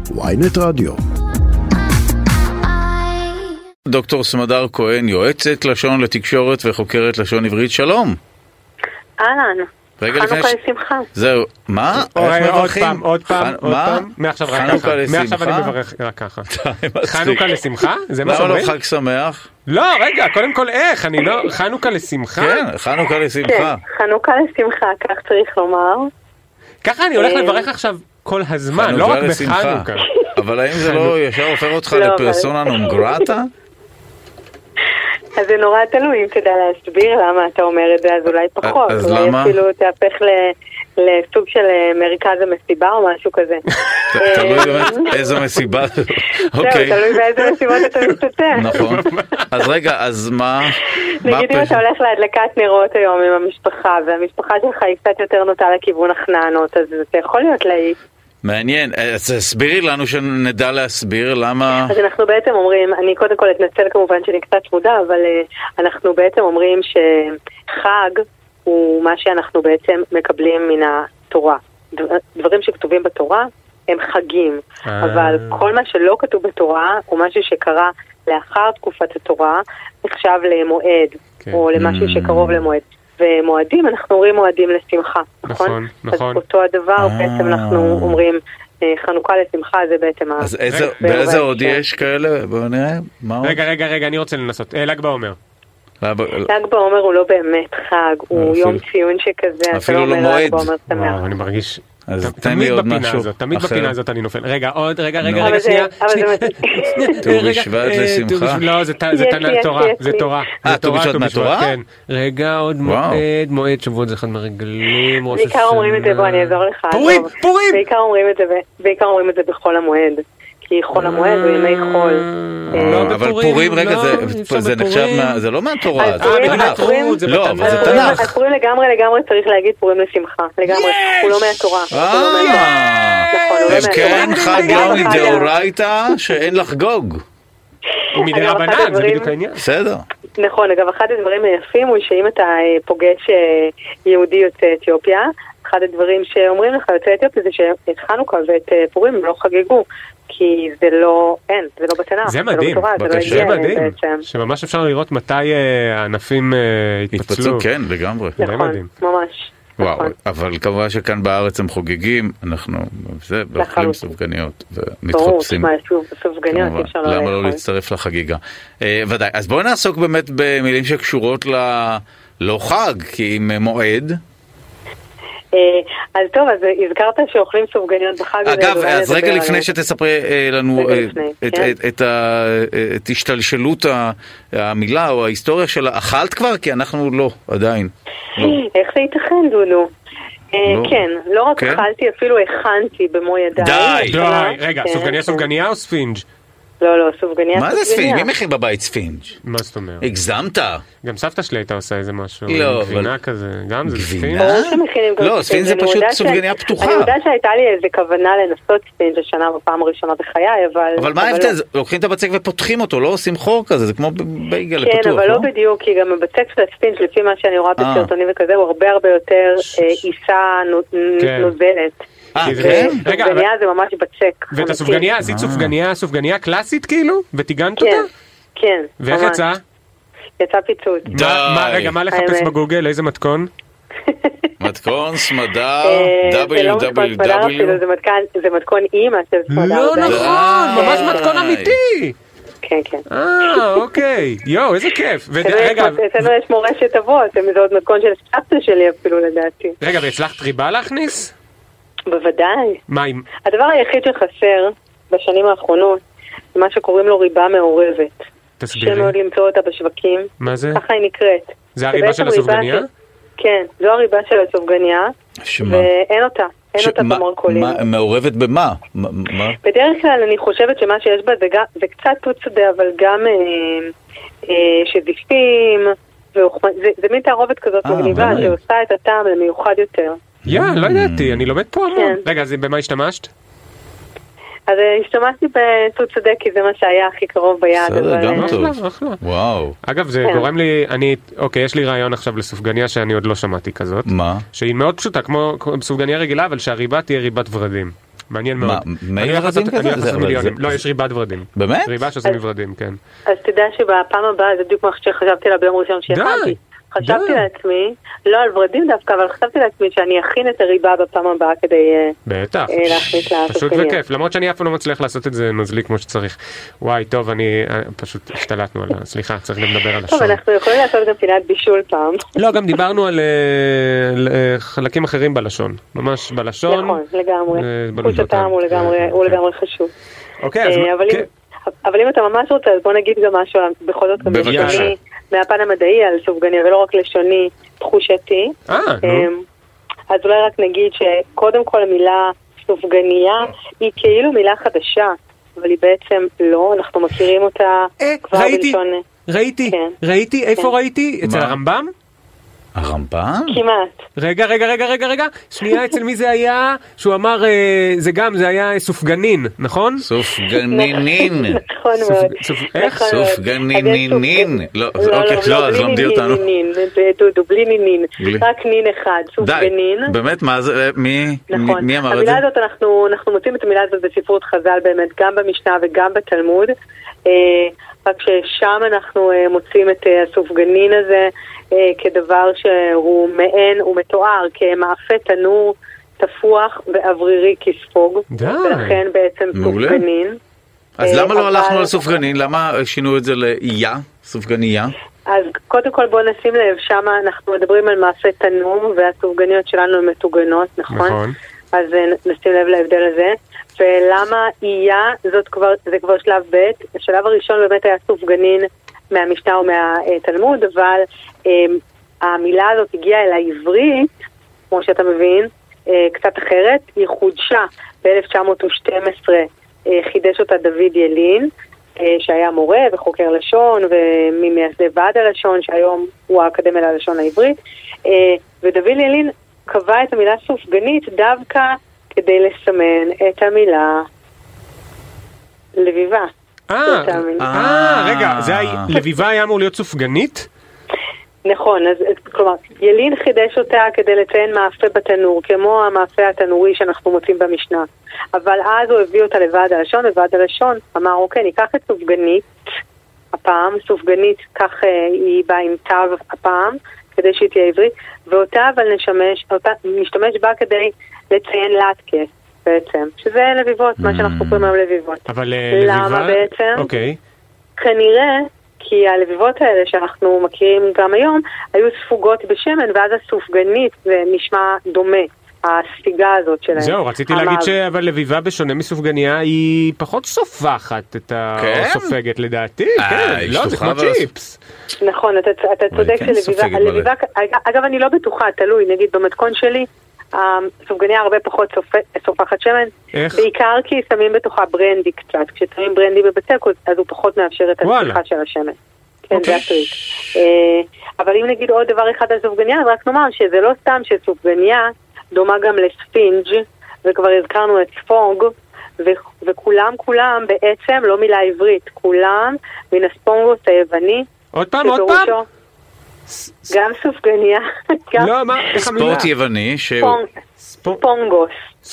ynet רדיו. דוקטור סמדר כהן, יועצת לשון לתקשורת וחוקרת לשון עברית, שלום. אהלן. חנוכה לשמחה. זהו, מה? עוד פעם, מעכשיו רק ככה. מעכשיו אני מברך רק ככה. חנוכה לשמחה? זה מה שאומרים? למה לא חג שמח? לא, רגע, קודם כל איך? אני לא... חנוכה לשמחה? כן, חנוכה לשמחה. חנוכה לשמחה, כך צריך לומר. ככה אני הולך לברך עכשיו כל הזמן, לא רק בחנוכה. אבל האם זה לא ישר הופך אותך לפרסונה נון גרטה? אז זה נורא תלוי, אם כדאי להסביר למה אתה אומר את זה, אז אולי פחות. אז אולי למה? אפילו תהפך לסוג של מרכז המסיבה או משהו כזה. תלוי באמת איזו מסיבה. זהו, תלוי באיזה מסיבות אתה משתתף. נכון. אז רגע, אז מה? נגיד אם אתה הולך להדלקת נרות היום עם המשפחה, והמשפחה שלך היא קצת יותר נוטה לכיוון החננות, אז זה יכול להיות להיט. מעניין, אז הסבירי לנו שנדע להסביר למה... אז אנחנו בעצם אומרים, אני קודם כל אתנצל כמובן שאני קצת מודע, אבל אנחנו בעצם אומרים שחג הוא מה שאנחנו בעצם מקבלים מן התורה. דברים שכתובים בתורה הם חגים, אבל כל מה שלא כתוב בתורה הוא משהו שקרה לאחר תקופת התורה, נחשב למועד, או למשהו שקרוב למועד. ומועדים, אנחנו אומרים מועדים לשמחה, נכון? נכון. אז אותו הדבר, בעצם אנחנו אומרים חנוכה לשמחה, זה בעצם... אז באיזה עוד יש כאלה? בואו נראה. רגע, אני רוצה לנסות. ל"ג בעומר. ל"ג בעומר הוא לא באמת חג, הוא יום ציון שכזה, אפילו לא מועד. אני מרגיש... אז תן לי עוד משהו אחר. תמיד בפינה הזאת אני נופל. רגע, שנייה. ט"ו בשבט לשמחה? לא, זה תורה. זה תורה. ט"ו בשבט מהתורה? כן. רגע, עוד מועד שבועות זה אחד מהרגלים. בעיקר אומרים את זה, בוא אני אעזור לך. פורים! בעיקר אומרים את זה בחול המועד. כי חול המועד הוא ימי חול. אבל פורים, רגע, זה נחשב, זה לא מהתורה, זה תנ"ך. לא, אבל זה תנ"ך. אז פורים לגמרי צריך להגיד פורים לשמחה. לגמרי, הוא לא מהתורה. אז כן, חג יום מדאורייתא שאין לחגוג. הוא מדי רבנן, זה בדיוק העניין. בסדר. נכון, אגב, אחד הדברים היפים הוא שאם אתה פוגש יהודי יוצא אתיופיה, אחד הדברים שאומרים לך יוצא אתיופיה זה שאת חנוכה ואת פורים הם לא חגגו, כי זה לא בתנ"ך. זה מדהים, זה מדהים, שממש אפשר לראות מתי הענפים התפצלו. כן, לגמרי. נכון, ממש. וואו, אבל כמובן שכאן בארץ הם חוגגים, אנחנו אוכלים סופגניות ומתחפשים. ברור, סופגניות, אפשר לא למה לא להצטרף לחגיגה? ודאי, אז בואו נעסוק באמת במילים שקשורות לא חג, כי עם מועד. אז טוב, אז הזכרת שאוכלים סופגניות בחג הזה. אגב, אז רגע לפני שתספרי לנו את השתלשלות המילה או ההיסטוריה שלה, אכלת כבר? כי אנחנו לא, עדיין. איך זה ייתכן, דודו? כן, לא רק אכלתי, אפילו הכנתי במו ידיי. די! רגע, סופגניה או ספינג'? לא, סופגניה. מה זה ספינג'? מי מכין בבית ספינג'? מה זאת אומרת? הגזמת? גם סבתא שלי הייתה עושה איזה משהו, גבינה כזה, גם זה ספינג'? לא, ספינג' זה פשוט סופגניה פתוחה. אני יודעת שהייתה לי איזה כוונה לנסות ספינג' השנה בפעם הראשונה בחיי, אבל מה ההבדל? לוקחים את הבצק ופותחים אותו, לא עושים חור כזה, זה כמו בייגל פתוח, כן, אבל לא בדיוק, כי גם הבצק של הספינג' לפי מה שאני רואה בסרטונים וכזה, הוא הרבה יותר עיסה נוזלת. סופגניה זה ממש בצק. ואת הסופגניה, עשית סופגניה קלאסית כאילו? וטיגנת אותה? כן. ואיך יצא? יצא פיצוץ. רגע, מה לחפש בגוגל? איזה מתכון? מתכון סמדר www. זה מתכון אימא של סמדר. לא נכון, ממש מתכון אמיתי. כן. אוקיי. יואו, איזה כיף. אצלנו יש מורשת אבות, זה עוד מתכון של סבתא שלי אפילו לדעתי. רגע, והצלחת ריבה להכניס? בוודאי. מה עם? הדבר היחיד שחסר בשנים האחרונות, זה מה שקוראים לו ריבה מעורבת. תסבירי. שמאוד למצוא אותה בשווקים. מה זה? ככה היא נקראת. זה הריבה של הסופגניה? כן, זו הריבה של הסופגניה. ואין אותה. אין אותה במרכולים. מעורבת במה? בדרך כלל אני חושבת שמה שיש בה זה קצת תות שדה, אבל גם שזיפים, זה מין תערובת כזאת מגניבה שעושה את הטעם למיוחד יותר. לא ידעתי, אני לומד פה המון. רגע, אז במה השתמשת? אז השתמשתי בתות שדה כי זה מה שהיה הכי קרוב ביד. בסדר, גם טוב. וואו. אגב, זה גורם לי, אוקיי, יש לי רעיון עכשיו לסופגניה שאני עוד לא שמעתי כזאת. מה? שהיא מאוד פשוטה, כמו סופגניה רגילה, אבל שהריבה תהיה ריבת ורדים. מעניין מאוד. מי ורדים כזה? לא, יש ריבת ורדים. באמת? ריבה שעושים מוורדים, כן. אז תדע שבפעם הבאה, זה בדיוק מה שחשבתי לה ביום ראשון שהכנתי. חשבתי לעצמי, לא על ורדים דווקא, אבל חשבתי לעצמי שאני אכין את הריבה בפעם הבאה כדי להכניס לה פשוט וכיף, למרות שאני אף פעם לא מצליח לעשות את זה נוזלי כמו שצריך. וואי, טוב, אני פשוט השתלטנו על סליחה, צריך גם לדבר על השון. טוב, אנחנו יכולים לעשות גם פינת בישול פעם. לא, גם דיברנו על חלקים אחרים בלשון, ממש בלשון. נכון, לגמרי. חוש הטעם הוא לגמרי חשוב. אוקיי, אז אבל אם אתה ממש רוצה, אז בוא נגיד גם משהו, בכל זאת גם לשוני, מהפן המדעי על סופגניה, ולא רק לשוני תחושתי. אז אולי רק נגיד שקודם כל המילה סופגניה היא כאילו מילה חדשה, אבל היא בעצם לא, אנחנו מכירים אותה כבר בלשון. ראיתי, איפה ראיתי? אצל הרמב"ם? הרמב"ם? כמעט. רגע, שנייה, אצל מי זה היה? שהוא אמר, זה היה סופגנין, נכון? סופגנינין. נכון מאוד. איך? סופגנינין. לא, אוקיי, לא, אז למדי אותנו. בלי נינין, רק נין אחד, סופגנין. די, באמת, מה זה, מי אמר את זה? המילה הזאת, אנחנו מוצאים את המילה הזאת בספרות חז"ל באמת, גם במשנה וגם בתלמוד, רק ששם אנחנו מוצאים את הסופגנין הזה, כדבר שהוא מעין ומתואר כמאפה תנור תפוח ואוורירי כספוג, ולכן בעצם סופגנין. אז למה לא הלכנו על סופגנין? למה שינו את זה לאייה, סופגניה? אז קודם כל בואו נשים לב, שם אנחנו מדברים על מאפה תנור והסופגניות שלנו הן מטוגנות, נכון? אז נשים לב להבדל הזה. ולמה אייה, זה כבר שלב ב', השלב הראשון באמת היה סופגנין מהמשנה ומהתלמוד, אבל המילה הזאת הגיעה אל העברית, כמו שאתה מבין, קצת אחרת, היא חודשה ב-1912, חידש אותה דוד ילין, שהיה מורה וחוקר לשון, וממייסדי ועד הלשון, שהיום הוא האקדמיה ללשון העברית, ודוד ילין קבע את המילה סופגנית דווקא כדי לסמן את המילה לביבה. רגע, לביבה היה אמור להיות סופגנית? נכון, אז כלומר, ילין חידש אותה כדי לציין מאפה בתנור, כמו המאפה התנורי שאנחנו מוצאים במשנה. אבל אז הוא הביא אותה לוועד הלשון, וועד הלשון אמר, אוקיי, ניקח את סופגנית הפעם, סופגנית, כך היא באה עם תו הפעם, כדי שהיא תהיה עברית, ואותה אבל נשתמש בה כדי לציין לטקה בעצם, שזה לביבות, מה שאנחנו קוראים היום לביבות. אבל למה בעצם? אוקיי. כנראה, כי הלביבות האלה שאנחנו מכירים גם היום, היו ספוגות בשמן, ואז הסופגנית זה נשמע דומה, הספיגה הזאת שלהם. זהו, רציתי להגיד אבל לביבה בשונה מסופגניה היא פחות סופחת את הסופגת לדעתי, כן, לא, זה כמו צ'יפס. נכון, אתה צודק שלביבה, אגב אני לא בטוחה, תלוי, נגיד במתכון שלי, הסופגניה הרבה פחות סופחת שמן, בעיקר כי שמים בתוכה ברנדי קצת, כששמים ברנדי בבצק אז הוא פחות מאפשר את הספיחה של השמן. כן, זה הטריק. אבל אם נגיד עוד דבר אחד על סופגניה, אז רק נאמר שזה לא סתם שסופגניה דומה גם לספינג', וכבר הזכרנו את ספונג, וכולם בעצם לא מילה עברית, כולם מן הספונגוס היווני. עוד פעם. גם סופגניה. לא, מה? ספורט יווני. ספונגוס.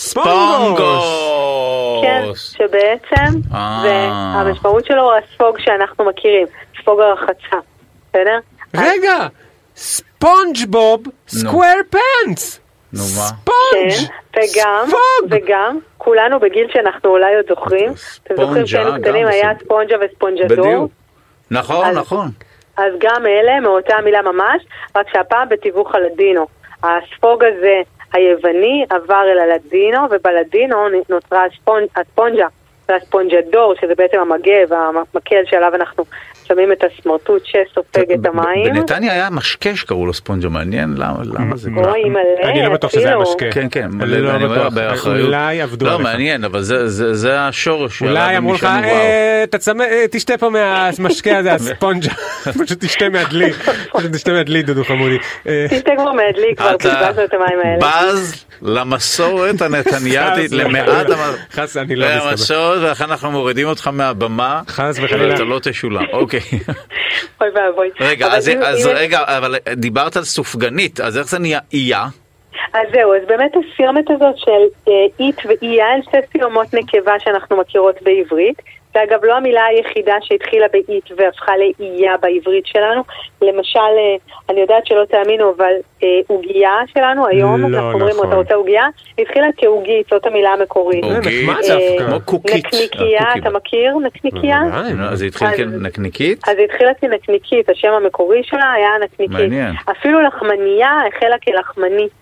כן, שבעצם המשמעות שלו הוא הספוג שאנחנו מכירים, ספוג הרחצה, בסדר? רגע, ספונג'בוב סקוואר פנטס. נו מה? ספונג'. וגם, כולנו בגיל שאנחנו אולי עוד זוכרים, אתם זוכרים שהיינו קטנים היה ספונג'ה וספונג'דור? נכון. אז גם אלה מאותה מילה ממש, רק שהפעם בתיווך הלדינו. הספוג הזה היווני עבר אל הלדינו, ובלדינו נוצרה הספונג'ה והספונג'דור, שזה בעצם המגב, המקל שעליו אנחנו שמים את הסמרטוט שסופג את המים. בנתניה היה משקה שקראו לו ספונג'ה, מעניין למה זה קרה? אני לא בטוח שזה היה משקה. כן, אני לא בטוח, אולי עבדו עליך. לא, מעניין, אבל זה השורש. אולי אמרו לך, תשתה פה מהמשקה הזה, הספונג'ה, פשוט תשתה מהדלי, דודו חמודי. תשתה כבר מהדלי, כבר בזבזנו את המים האלה. בז למסורת הנתניאתית, למעט המסורת, ולכן אנחנו מורידים אותך מהבמה, ואתה לא תשולם. אוקיי. אוי ואבוי. רגע, אבל דיברת על סופגנית, אז איך זה נהיה אייה? אז זהו, אז באמת הסיומת הזאת של אית ואייה, הן שתי סיומות נקבה שאנחנו מכירות בעברית. זה אגב לא המילה היחידה שהתחילה באית והפכה לאייה בעברית שלנו. למשל, אני יודעת שלא תאמינו, אבל עוגיה שלנו היום, אנחנו אומרים אותה רוצה עוגיה, התחילה כעוגית, זאת המילה המקורית. כמו קוקית. נקניקיה, אתה מכיר נקניקיה? אז זה התחיל כנקניקית? אז זה התחילה כנקניקית, השם המקורי שלה היה נקניקית. מעניין. אפילו לחמניה החלה כלחמנית.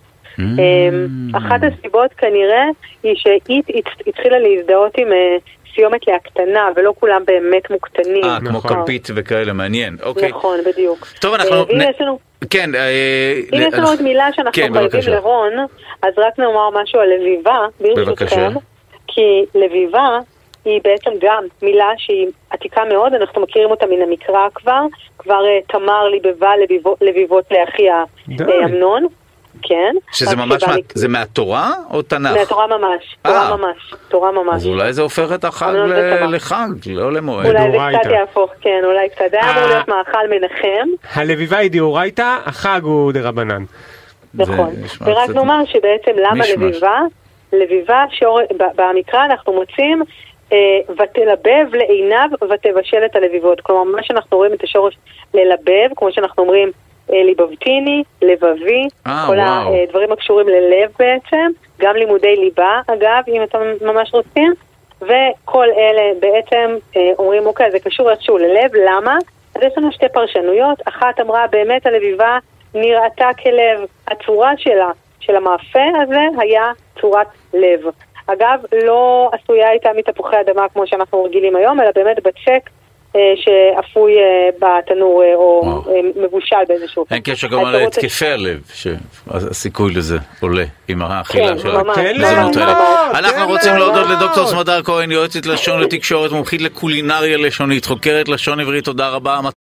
אחת הסיבות כנראה היא שאית התחילה להזדהות עם סיומת להקטנה, ולא כולם באמת מוקטנים. כמו כפית וכאלה, מעניין. נכון, בדיוק. טוב, אנחנו... כן. אם יש לנו עוד מילה שאנחנו חייבים לרון, אז רק נאמר משהו על לביבה, ברשותכם, כי לביבה היא בעצם גם מילה שהיא עתיקה מאוד, אנחנו מכירים אותה מן המקרא כבר תמר ליבבה לביבות לאחיה אמנון. כן. שזה ממש, זה מהתורה או תנ"ך? מהתורה ממש, תורה ממש. אז אולי זה הופך את החג לחג, לא למועד. אולי זה קצת יהפוך, כן, אולי קצת. זה אמור להיות מאכל מנחם. הלביבה היא דאורייתא, החג הוא דרבנן. נכון. ורק נאמר שבעצם למה לביבה, במקרא אנחנו מוצאים, ותלבב לעיניו ותבשל את הלביבות. כלומר, מה שאנחנו רואים את השורש ללבב, כמו שאנחנו אומרים, ליבבתיני, לבבי, כל הדברים הקשורים ללב בעצם, גם לימודי ליבה אגב, אם אתם ממש רוצים, וכל אלה בעצם אומרים אוקיי, זה קשור איכשהו ללב, למה? אז יש לנו שתי פרשנויות, אחת אמרה באמת הלביבה נראתה כלב, הצורה שלה, של המאפה הזה היה צורת לב. אגב, לא עשויה הייתה מתפוחי אדמה כמו שאנחנו רגילים היום, אלא באמת בצ'ק, שאפוי בתנור או מבושל באיזשהו. אין קשר גם על התקפי הלב, שהסיכוי לזה עולה עם האכילה של הזינות האלה. אנחנו רוצים להודות לדוקטור סמדר כהן, יועצת לשון לתקשורת, מומחית לקולינריה לשונית, חוקרת לשון עברית, תודה רבה.